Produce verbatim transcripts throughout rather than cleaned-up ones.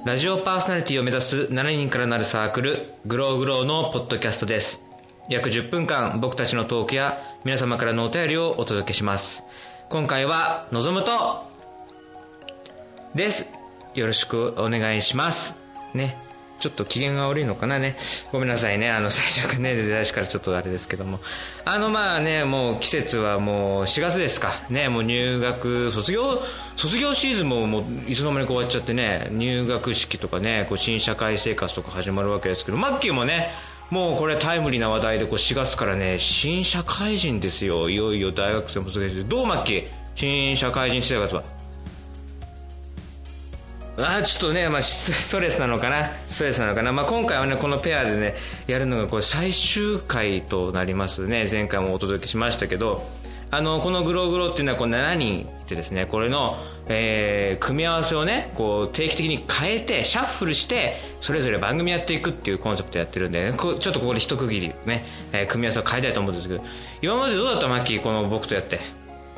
ラジオパーソナリティを目指すしちにんからなるサークルグローグローのポッドキャストです。約じゅっぷんかん僕たちのトークや皆様からのお便りをお届けします。今回はのぞむとです。よろしくお願いしますね。ちょっと機嫌が悪いのかなね、ごめんなさいね。あの最初からね、出だしからちょっとあれですけども、あのまあね、もう季節はもうしがつですかね。もう入学卒業卒業シーズンももういつの間にか終わっちゃってね、入学式とかね、こう新社会生活とか始まるわけですけど、マッキーもね、もうこれタイムリーな話題でこうしがつからね、新社会人ですよ。いよいよ大学生も卒業して、どうマッキー、新社会人生活は？あちょっとね、まあ、ストレスなのかなストレスなのかな、まあ、今回はねこのペアでねやるのがこれ最終回となりますね。前回もお届けしましたけど、あのこのグローグローっていうのはこうしちにんいてですね、これの、えー、組み合わせをねこう定期的に変えてシャッフルしてそれぞれ番組やっていくっていうコンセプトやってるんで、ね、こちょっとここで一区切りね、えー、組み合わせを変えたいと思うんですけど、今までどうだったマッキー、この僕とやって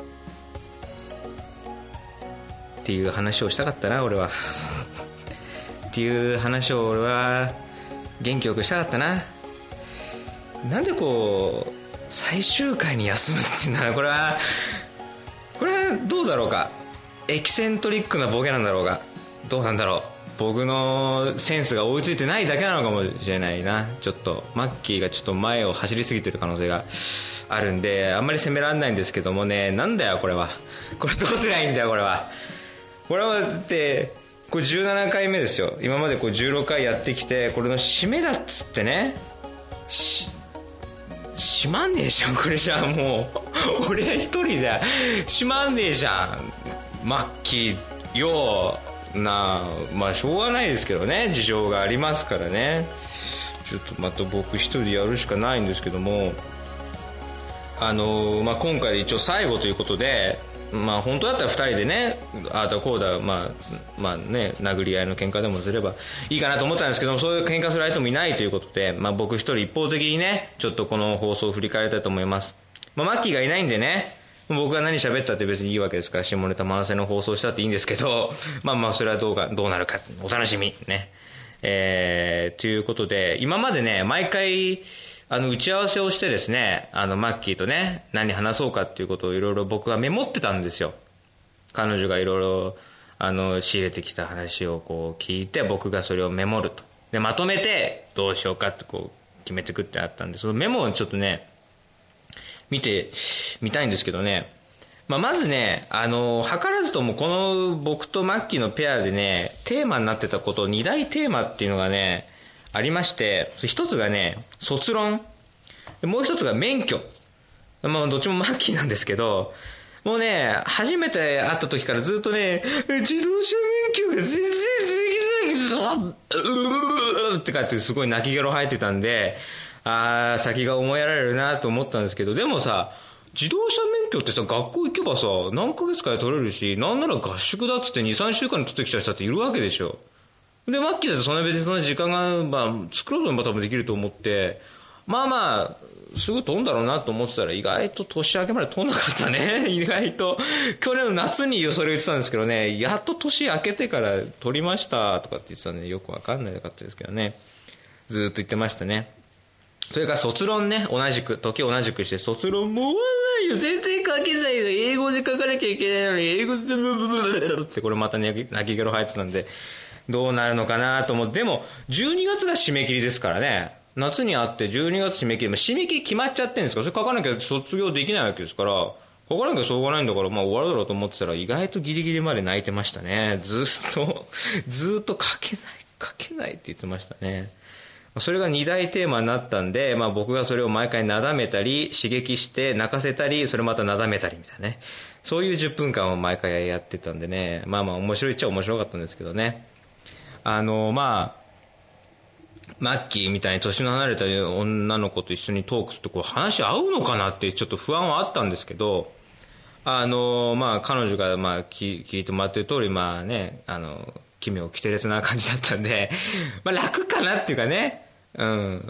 っていう話をしたかったな俺はっていう話を俺は元気よくしたかったな。なんでこう最終回に休むっていうのは、これはこれはどうだろうか。エキセントリックなボケなんだろうが、どうなんだろう、僕のセンスが追いついてないだけなのかもしれないな。ちょっとマッキーがちょっと前を走りすぎてる可能性があるんで、あんまり責められないんですけどもね。なんだよこれは、これどうすりゃいいんだよこれは。これはだってこれじゅうななかいめですよ。今までこうじゅうろっかいやってきて、これの締めだっつってね、し閉まんねえじゃんこれじゃあ。もう俺一人じゃ閉まんねえじゃんマッキーよな。まあしょうがないですけどね、事情がありますからね。ちょっとまた僕一人でやるしかないんですけども、あの、まあ、今回一応最後ということで、まあ本当だったらふたりでね、ああだこうだ、まあまあね、殴り合いの喧嘩でもすればいいかなと思ったんですけども、そういう喧嘩する相手もいないということで、まあ僕一人一方的にねちょっとこの放送を振り返りたいと思います。まあマッキーがいないんでね、僕が何喋ったって別にいいわけですから、下ネタ満載の放送したっていいんですけど、まあまあそれはどうかどうなるかお楽しみね。えー、ということで、今までね毎回あの打ち合わせをしてですね、あのマッキーとね何話そうかっていうことをいろいろ僕がメモってたんですよ。彼女がいろいろあの仕入れてきた話をこう聞いて、僕がそれをメモると、でまとめてどうしようかってこう決めてくってあったんで、そのメモをちょっとね見てみたいんですけどね、まあ、まずね、あの図らずともこの僕とマッキーのペアでねテーマになってたこと、に大テーマっていうのがねありまして、一つがね卒論、もう一つが免許。まあどっちもマッキーなんですけど、もうね初めて会った時からずっとね、自動車免許が全然できないけどってかってすごい泣きゲロ吐いてたんで、あー先が思いやられるなと思ったんですけど、でもさ自動車免許ってさ、学校行けばさ何ヶ月かで取れるし、なんなら合宿だっつって にさんしゅうかんで取ってきた人っているわけでしょ。でマッキーだとそんな別にそんな時間が、まあ、作ろうと思えば多分できると思って、まあまあすぐ飛んだろうなと思ってたら、意外と年明けまで飛んなかったね意外と去年の夏にそれ言ってたんですけどね、やっと年明けてから取りましたとかって言ってたんで、よく分かんないかったですけどね、ずっと言ってましたね。それから卒論ね、同じく時同じくして、卒論もう終わらないよ、全然書けないよ、英語で書かなきゃいけないのに英語でブブブブブってこれまた泣きゲロ入ってたんで、どうなるのかなと思って。でもじゅうにがつが締め切りですからね、夏にあってじゅうにがつ締め切り、締め切り決まっちゃってるんですから、それ書かなきゃ卒業できないわけですから、書かなきゃしょうがないんだから、まあ終わるだろうと思ってたら、意外とギリギリまで泣いてましたね。ずっとずっと書けない書けないって言ってましたね。それがに大テーマになったんで、まあ、僕がそれを毎回なだめたり刺激して泣かせたり、それまたなだめたりみたいなね、そういうじゅっぷんかんを毎回やってたんでね、まあまあ面白いっちゃ面白かったんですけどね。あのまあマッキーみたいに年の離れた女の子と一緒にトークするとこう話合うのかなってちょっと不安はあったんですけど、あのまあ彼女がまあ聞いてもらってる通り、まあね、あの奇妙奇烈な感じだったんでまあ楽かなっていうかね、うん、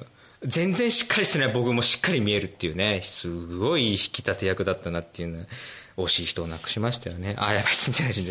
全然しっかりしてない僕もしっかり見えるっていうね、すごい引き立て役だったなっていうのは、惜しい人を亡くしましたよね。あ、やばい、死んでない死んでない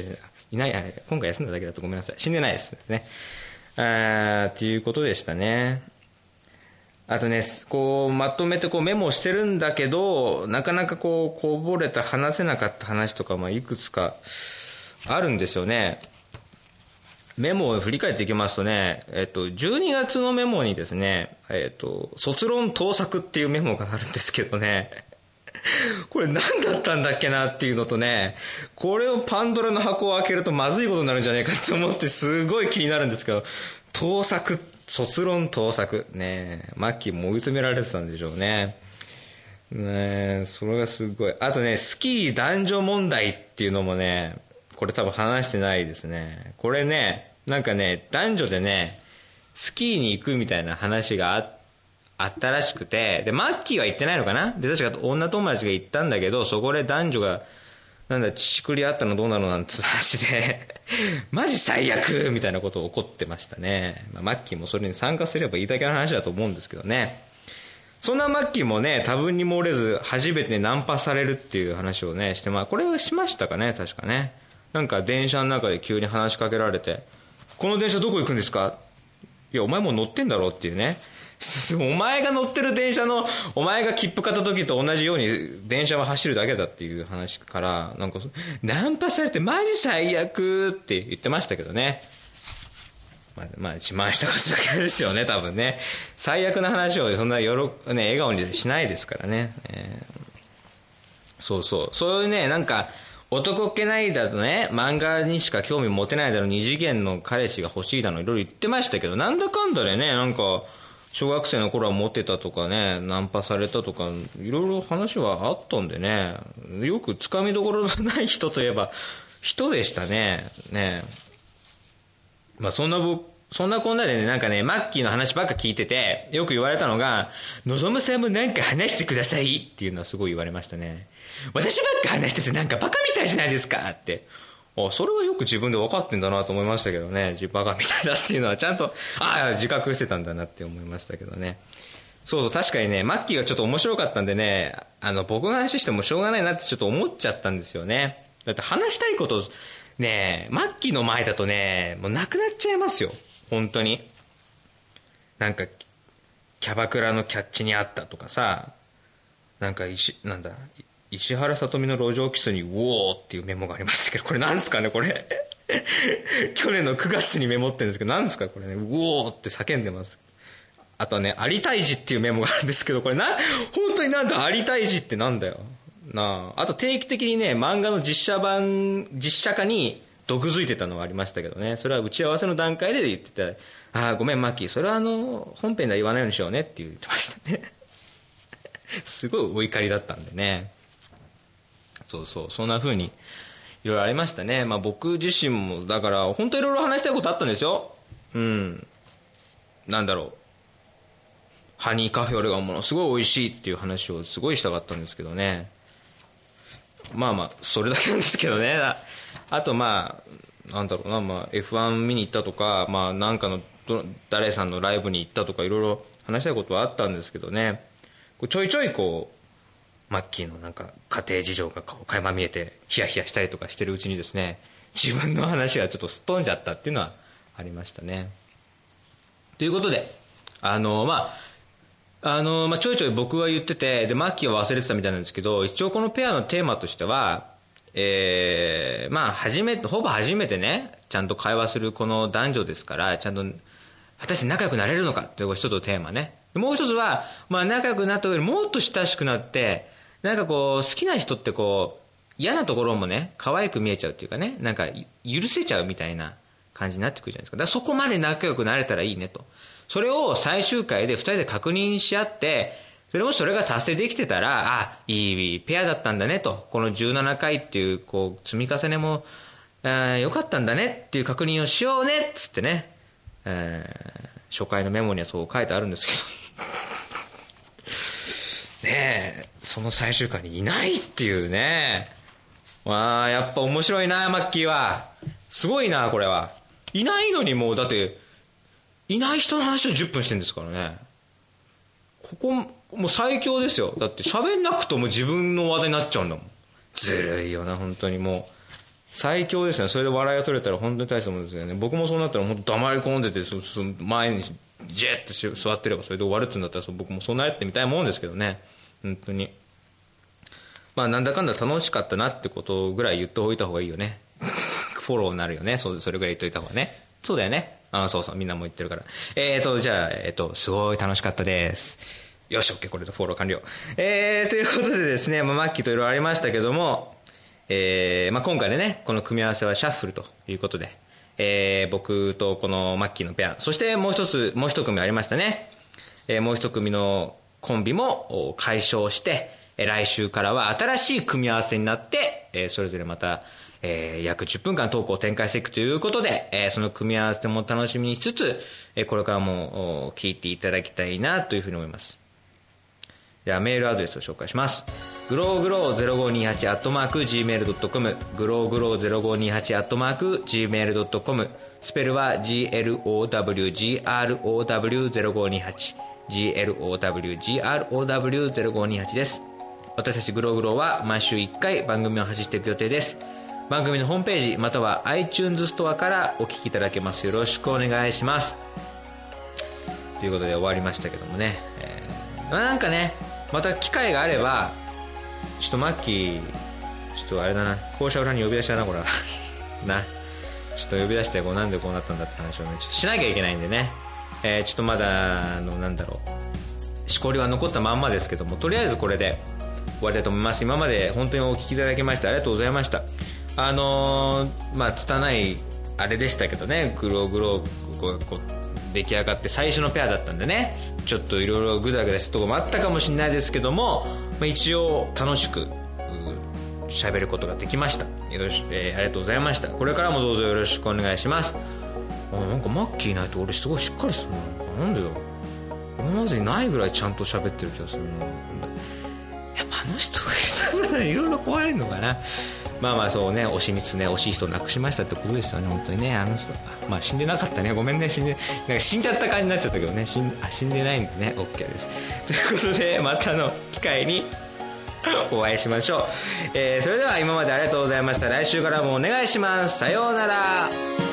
いない、あ今回休んだだけだとごめんなさい、死んでないですね。あっていうことでしたね。あとね、こうまとめてこうメモしてるんだけど、なかなかこうこぼれた話せなかった話とか、まあ、いくつかあるんですよね。メモを振り返っていきますとね、えっと、じゅうにがつのメモにですね、えっと、卒論盗作っていうメモがあるんですけどね、これ何だったんだっけなっていうのとね、これをパンドラの箱を開けるとまずいことになるんじゃないかと思ってすごい気になるんですけど、盗作、卒論盗作ね、マッキーも追い詰められてたんでしょうね。ね、それがすごい。あとね、スキー男女問題っていうのもね、これ多分話してないですね。これね、なんかね、男女でね、スキーに行くみたいな話があ、あったらしくて、で、マッキーは行ってないのかな。で、確か女友達が行ったんだけど、そこで男女が、なんだ、乳くりあったのどうなのなんて話で、マジ最悪みたいなことを怒ってましたね。まあ、マッキーもそれに参加すればいいだけの話だと思うんですけどね。そんなマッキーもね、多分に漏れず、初めてナンパされるっていう話をね、して、まあ、これはしましたかね、確かね。なんか電車の中で急に話しかけられて、この電車どこ行くんですか？いやお前もう乗ってんだろっていうね、お前が乗ってる電車のお前が切符買った時と同じように電車は走るだけだっていう話から、なんかナンパされてマジ最悪って言ってましたけどね。まあ、まあ、自慢したことだけですよね、多分ね。最悪な話をそんなよろ、ね、笑顔にしないですからね、えー、そうそうそういうね、なんか男っ気ないだとね、漫画にしか興味持てないだろ、二次元の彼氏が欲しいだのいろいろ言ってましたけど、なんだかんだでね、なんか小学生の頃はモテたとかね、ナンパされたとかいろいろ話はあったんでね、よくつかみどころのない人といえば人でしたね。ね、まあそんな僕そんなこんなでね、なんかね、マッキーの話ばっか聞いてて、よく言われたのが、のぞむさんもなんか話してくださいっていうのはすごい言われましたね。私ばっか話しててなんかバカみたいじゃないですかって。あ、それはよく自分で分かってんだなと思いましたけどね。バカみたいだっていうのはちゃんと、ああ、自覚してたんだなって思いましたけどね。そうそう、確かにね、マッキーがちょっと面白かったんでね、あの、僕の話してもしょうがないなってちょっと思っちゃったんですよね。だって話したいこと、ね、マッキーの前だとね、もうなくなっちゃいますよ。本当に。なんか、キャバクラのキャッチにあったとかさ、なんか石、なんだ、石原さとみの路上キスにウォーっていうメモがありましたけど、これなんですかね、これ。去年のくがつにメモってるんですけど、なんですかこれね、ウォーって叫んでます。あとはね、有田いじっていうメモがあるんですけど、これな、本当になんだ、有田いじってなんだよ。なあ、あと定期的にね、漫画の実写版、実写化に毒づいてたのはありましたけどね、それは打ち合わせの段階で言ってて、ああ、ごめん、マッキー、それはあの、本編では言わないようにしようねって言ってましたね。すごいお怒りだったんでね。そうそう、そんな風にいろいろありましたね。まあ僕自身も、だから本当いろいろ話したいことあったんですよ。うん。なんだろう。ハニーカフェオレがものすごい美味しいっていう話をすごいしたかったんですけどね。まあまあ、それだけなんですけどね。あとまあ、なんだろうな、まあ エフワン 見に行ったとか、まあなんかの誰さんのライブに行ったとかいろいろ話したいことはあったんですけどね。ちょいちょいこう、マッキーのなんか家庭事情が垣間見えてヒヤヒヤしたりとかしてるうちにですね、自分の話がちょっとすっ飛んじゃったっていうのはありましたね。ということで、あのまああのまあ、ちょいちょい僕は言ってて、でマッキーは忘れてたみたいなんですけど、一応このペアのテーマとしては、えー、まあ初めてほぼ初めてね、ちゃんと会話するこの男女ですから、ちゃんと果たして仲良くなれるのかというのが一つのテーマね。もう一つは、まあ、仲良くなった上でもっと親しくなって、なんかこう好きな人ってこう嫌なところもね可愛く見えちゃうっていうかね、なんか許せちゃうみたいな感じになってくるじゃないですか。だからそこまで仲良くなれたらいいねと。それを最終回でふたりで確認し合って、それもそれが達成できてたら、あ、いいペアだったんだねと、このじゅうななかいっていうこう積み重ねも良かったんだねっていう確認をしようねっつってね、えー、初回のメモにはそう書いてあるんですけどねえ、その最終回にいないっていうね。わあ、やっぱ面白いなマッキーは。すごいなこれは。いないのにもうだっていない人の話をじゅっぷんしてるんですからね。ここもう最強ですよ。だって喋んなくとも自分の話題になっちゃうんだもん。ずるいよな本当に。も最強ですね。それで笑いが取れたら本当に大したもんですよね。僕もそうなったら本当黙り込んでて、そそ前にジェッと座ってればそれで終わるって言うんだったら、そう僕もそうなってみたいもんですけどね。本当にまあなんだかんだ楽しかったなってことぐらい言っておいた方がいいよね。フォローになるよね。そそれぐらい言っといた方がね。そうだよね。あ、そうそう、みんなも言ってるから。えーとじゃあえっ、ー、とすごい楽しかったです。よし OK、 これでフォロー完了。えーということでですね、まあ、マッキーといろいろありましたけども、えーまあ、今回でねこの組み合わせはシャッフルということで、えー、僕とこのマッキーのペア、そしてもう一つもう一組ありましたね、えー、もう一組のコンビも解消して、えー、来週からは新しい組み合わせになって、えー、それぞれまた、えー、約じゅっぷんかんトークを展開していくということで、えー、その組み合わせも楽しみにしつつ、えー、これからも聞いていただきたいなというふうに思います。ではメールアドレスを紹介します。グローグローゼロごにはちアットマーク ジーメールドットコム、 グローグローゼロごにはちアットマーク ジーメールドットコム、 スペルは ジーエルオーダブリュージーアールオーダブリューゼロごにはち ジーエルオーダブリュージーアールオーダブリューゼロごにはち です。私たちグローグローは毎週いっかい番組を発信していく予定です。番組のホームページまたは iTunes ストアからお聞きいただけます。よろしくお願いします。ということで終わりましたけどもね、えー、なんかねまた機会があればちょっとマッキーちょっとあれだな、校舎裏に呼び出したなこれはな、ちょっと呼び出してこうなんでこうなったんだって話をねちょっとしなきゃいけないんでね、えー、ちょっとまだあのなんだろうしこりは残ったまんまですけども、とりあえずこれで終わりたいと思います。今まで本当にお聞きいただきましてありがとうございました。あのー、まあ拙いあれでしたけどね、グローグローこうこう出来上がって最初のペアだったんでね、ちょっといろいろグダグダしたところもあったかもしれないですけども、まあ、一応楽しく喋ることができました。よろし、えー、ありがとうございました。これからもどうぞよろしくお願いします。あ、なんかマッキーいないと俺すごいしっかりするな。なんでだ、今までにないぐらいちゃんと喋ってる気がするな。やっぱあの人がいろいろ壊れるのかな。まあまあそうね、推しみつね、惜しい人を亡くしましたってことですよね。本当にね、あの人まあ死んでなかったね、ごめんね、死んでなんか死んじゃった感じになっちゃったけどね、死んあ死んでないんでね OK です。ということでまたの機会にお会いしましょう。えー、それでは今までありがとうございました。来週からもお願いします。さようなら。